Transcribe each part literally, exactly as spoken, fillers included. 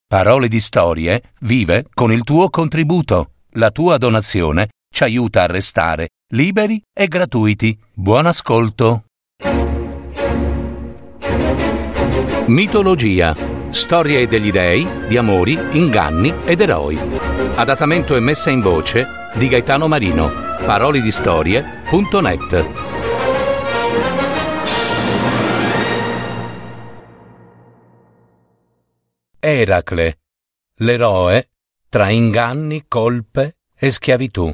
Parole di Storie vive con il tuo contributo. La tua donazione ci aiuta a restare liberi e gratuiti. Buon ascolto. Mitologia. Storie degli dei, di amori, inganni ed eroi. Adattamento e messa in voce di Gaetano Marino. Parole di Storie punto net. Eracle, l'eroe tra inganni, colpe e schiavitù.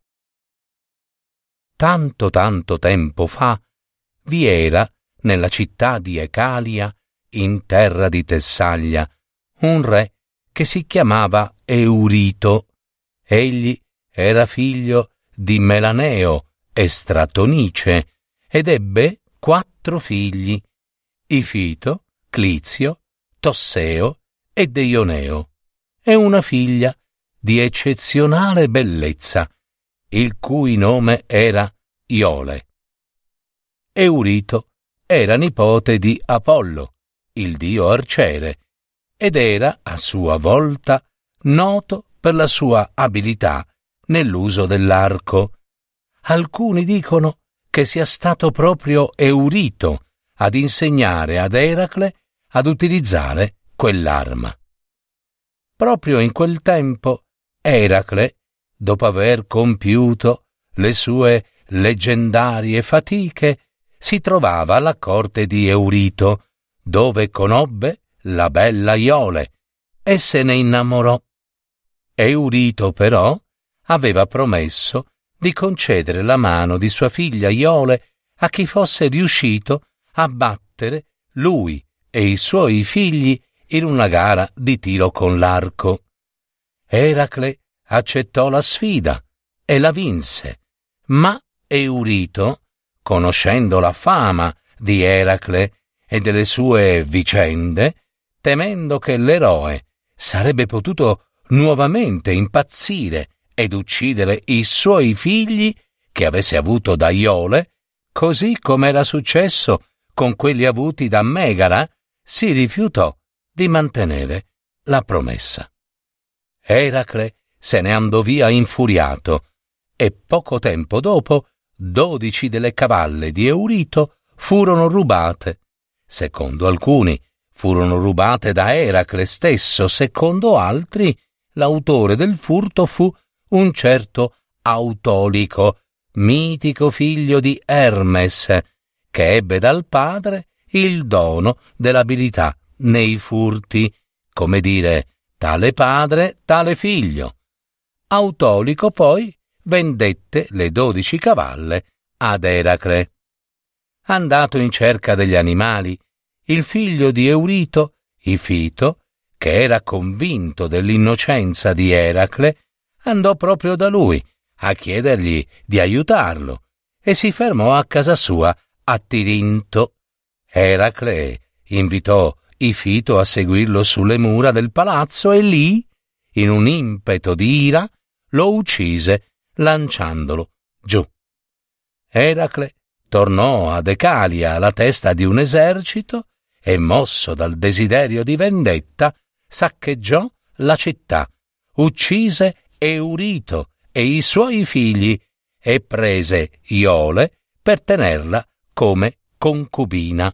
Tanto tanto tempo fa vi era nella città di Ecalia, in terra di Tessaglia, un re che si chiamava Eurito. Egli era figlio di Melaneo e Stratonice ed ebbe quattro figli: Ifito, Clizio, Tosseo ed Eioneo, e una figlia di eccezionale bellezza, il cui nome era Iole. Eurito era nipote di Apollo, il dio arciere, ed era a sua volta noto per la sua abilità nell'uso dell'arco. Alcuni dicono che sia stato proprio Eurito ad insegnare ad Eracle ad utilizzare quell'arma. Proprio in quel tempo Eracle, dopo aver compiuto le sue leggendarie fatiche, si trovava alla corte di Eurito, dove conobbe la bella Iole e se ne innamorò. Eurito però aveva promesso di concedere la mano di sua figlia Iole a chi fosse riuscito a battere lui e i suoi figli in una gara di tiro con l'arco. Eracle accettò la sfida e la vinse, ma Eurito, conoscendo la fama di Eracle e delle sue vicende, temendo che l'eroe sarebbe potuto nuovamente impazzire ed uccidere i suoi figli che avesse avuto da Iole, così come era successo con quelli avuti da Megara, si rifiutò di mantenere la promessa. Eracle se ne andò via infuriato e poco tempo dopo dodici delle cavalle di Eurito furono rubate. Secondo alcuni furono rubate da Eracle stesso, secondo altri l'autore del furto fu un certo Autolico, mitico figlio di Hermes, che ebbe dal padre il dono dell'abilità nei furti, come dire, tale padre, tale figlio. Autolico poi vendette le dodici cavalle ad Eracle. Andato in cerca degli animali, il figlio di Eurito, Ifito, che era convinto dell'innocenza di Eracle, andò proprio da lui a chiedergli di aiutarlo e si fermò a casa sua a Tirinto. Eracle invitò Ifito a seguirlo sulle mura del palazzo e lì, in un impeto di ira, lo uccise lanciandolo giù. Eracle tornò ad Ecalia alla testa di un esercito e, mosso dal desiderio di vendetta, saccheggiò la città, uccise Eurito e i suoi figli e prese Iole per tenerla come concubina.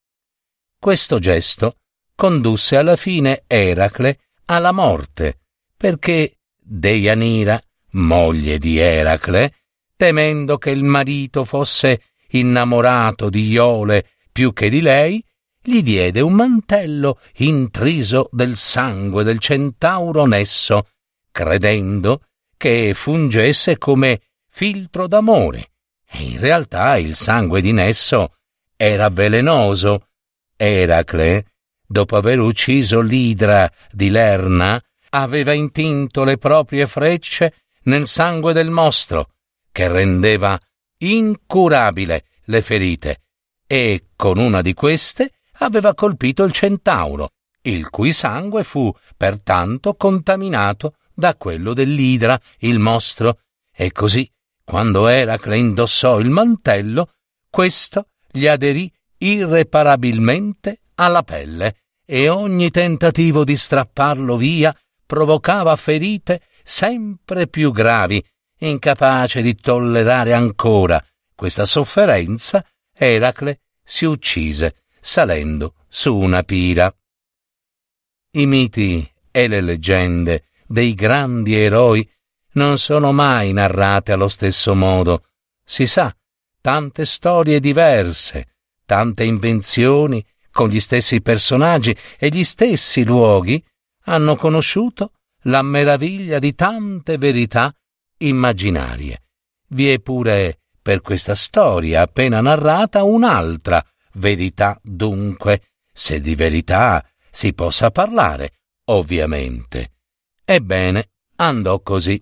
Questo gesto condusse alla fine Eracle alla morte, perché Deianira, moglie di Eracle, temendo che il marito fosse innamorato di Iole più che di lei, gli diede un mantello intriso del sangue del centauro Nesso, credendo che fungesse come filtro d'amore, e in realtà il sangue di Nesso era velenoso. Eracle, dopo aver ucciso l'idra di Lerna, aveva intinto le proprie frecce nel sangue del mostro, che rendeva incurabile le ferite, e con una di queste aveva colpito il centauro, il cui sangue fu pertanto contaminato da quello dell'idra, il mostro, e così, quando Eracle indossò il mantello, questo gli aderì irreparabilmente alla pelle e ogni tentativo di strapparlo via provocava ferite sempre più gravi. Incapace di tollerare ancora questa sofferenza, Eracle si uccise salendo su una pira. I miti e le leggende dei grandi eroi non sono mai narrate allo stesso modo. Si sa, tante storie diverse, tante invenzioni con gli stessi personaggi e gli stessi luoghi hanno conosciuto la meraviglia di tante verità immaginarie. Vi è pure per questa storia appena narrata un'altra verità, dunque, se di verità si possa parlare, ovviamente. Ebbene, andò così.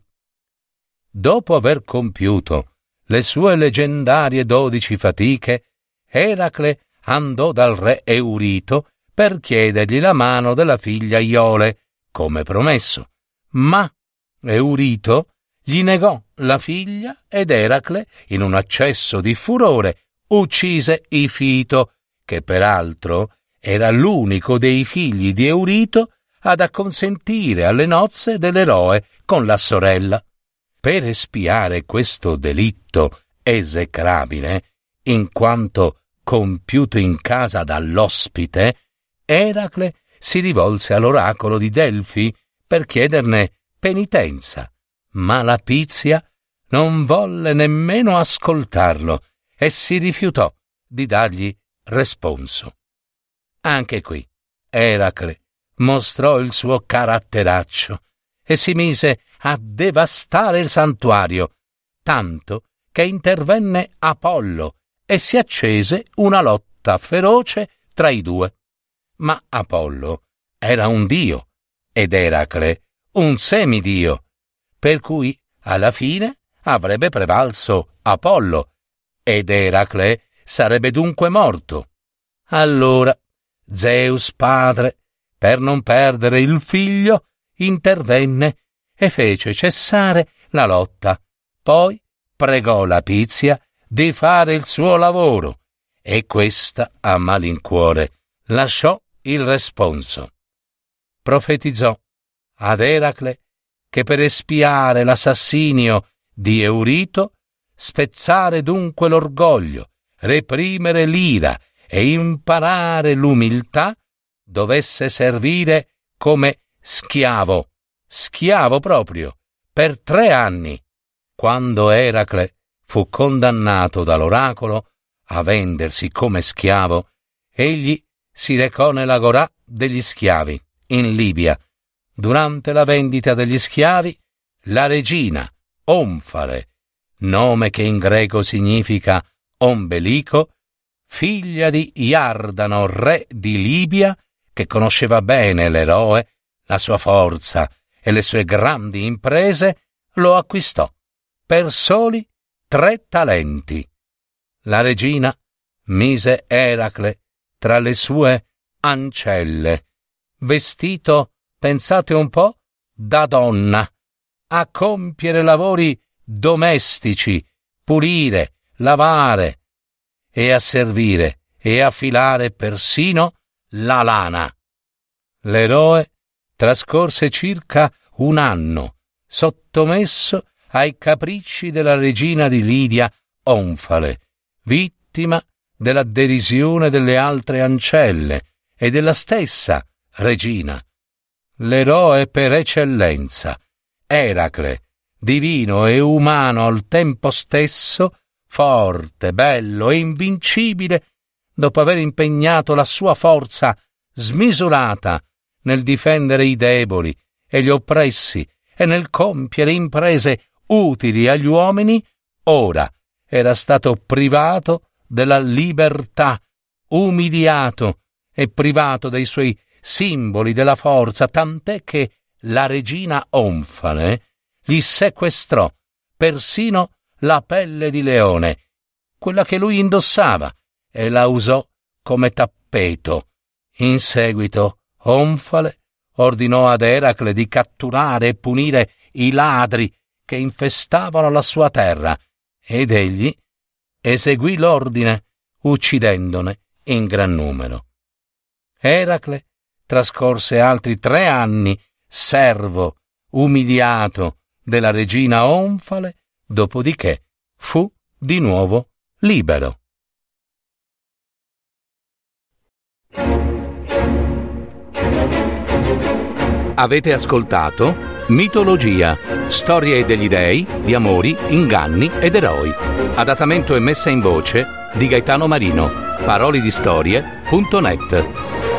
Dopo aver compiuto le sue leggendarie dodici fatiche, Eracle andò dal re Eurito per chiedergli la mano della figlia Iole, come promesso. Ma Eurito gli negò la figlia ed Eracle, in un accesso di furore, uccise Ifito, che peraltro era l'unico dei figli di Eurito ad acconsentire alle nozze dell'eroe con la sorella. Per espiare questo delitto esecrabile, in quanto compiuto in casa dall'ospite, Eracle si rivolse all'oracolo di Delfi per chiederne penitenza, ma la Pizia non volle nemmeno ascoltarlo e si rifiutò di dargli responso. Anche qui Eracle mostrò il suo caratteraccio e si mise a devastare il santuario, tanto che intervenne Apollo e si accese una lotta feroce tra i due. Ma Apollo era un dio ed Eracle un semidio, per cui alla fine avrebbe prevalso Apollo ed Eracle sarebbe dunque morto. Allora Zeus padre, per non perdere il figlio, intervenne e fece cessare la lotta. Poi pregò la Pizia di fare il suo lavoro e questa, a malincuore, lasciò il responso. Profetizzò ad Eracle che per espiare l'assassinio di Eurito, spezzare dunque l'orgoglio, reprimere l'ira e imparare l'umiltà, dovesse servire come schiavo, schiavo proprio, per tre anni. Quando Eracle fu condannato dall'oracolo a vendersi come schiavo, egli si recò nell'agorà degli schiavi, in Libia. Durante la vendita degli schiavi, la regina Omfale, nome che in greco significa ombelico, figlia di Iardano, re di Libia, che conosceva bene l'eroe, la sua forza e le sue grandi imprese, lo acquistò per soli tre talenti. La regina mise Eracle tra le sue ancelle, vestito, pensate un po', da donna, a compiere lavori domestici, pulire, lavare e a servire e a filare persino la lana. L'eroe trascorse circa un anno sottomesso ai capricci della regina di Lidia Omfale, vittima della derisione delle altre ancelle e della stessa regina. L'eroe per eccellenza, Eracle, divino e umano al tempo stesso, forte, bello e invincibile, dopo aver impegnato la sua forza smisurata nel difendere i deboli e gli oppressi e nel compiere imprese utili agli uomini, ora era stato privato della libertà, umiliato e privato dei suoi simboli della forza, tant'è che la regina Omfale gli sequestrò persino la pelle di leone, quella che lui indossava, e la usò come tappeto. In seguito Omfale ordinò ad Eracle di catturare e punire i ladri che infestavano la sua terra, ed egli eseguì l'ordine, uccidendone in gran numero. Eracle trascorse altri tre anni servo, umiliato della regina Onfale, dopodiché fu di nuovo libero. Avete ascoltato Mitologia, storie degli dei, di amori, inganni ed eroi. Adattamento e messa in voce di Gaetano Marino. Parolidistorie punto net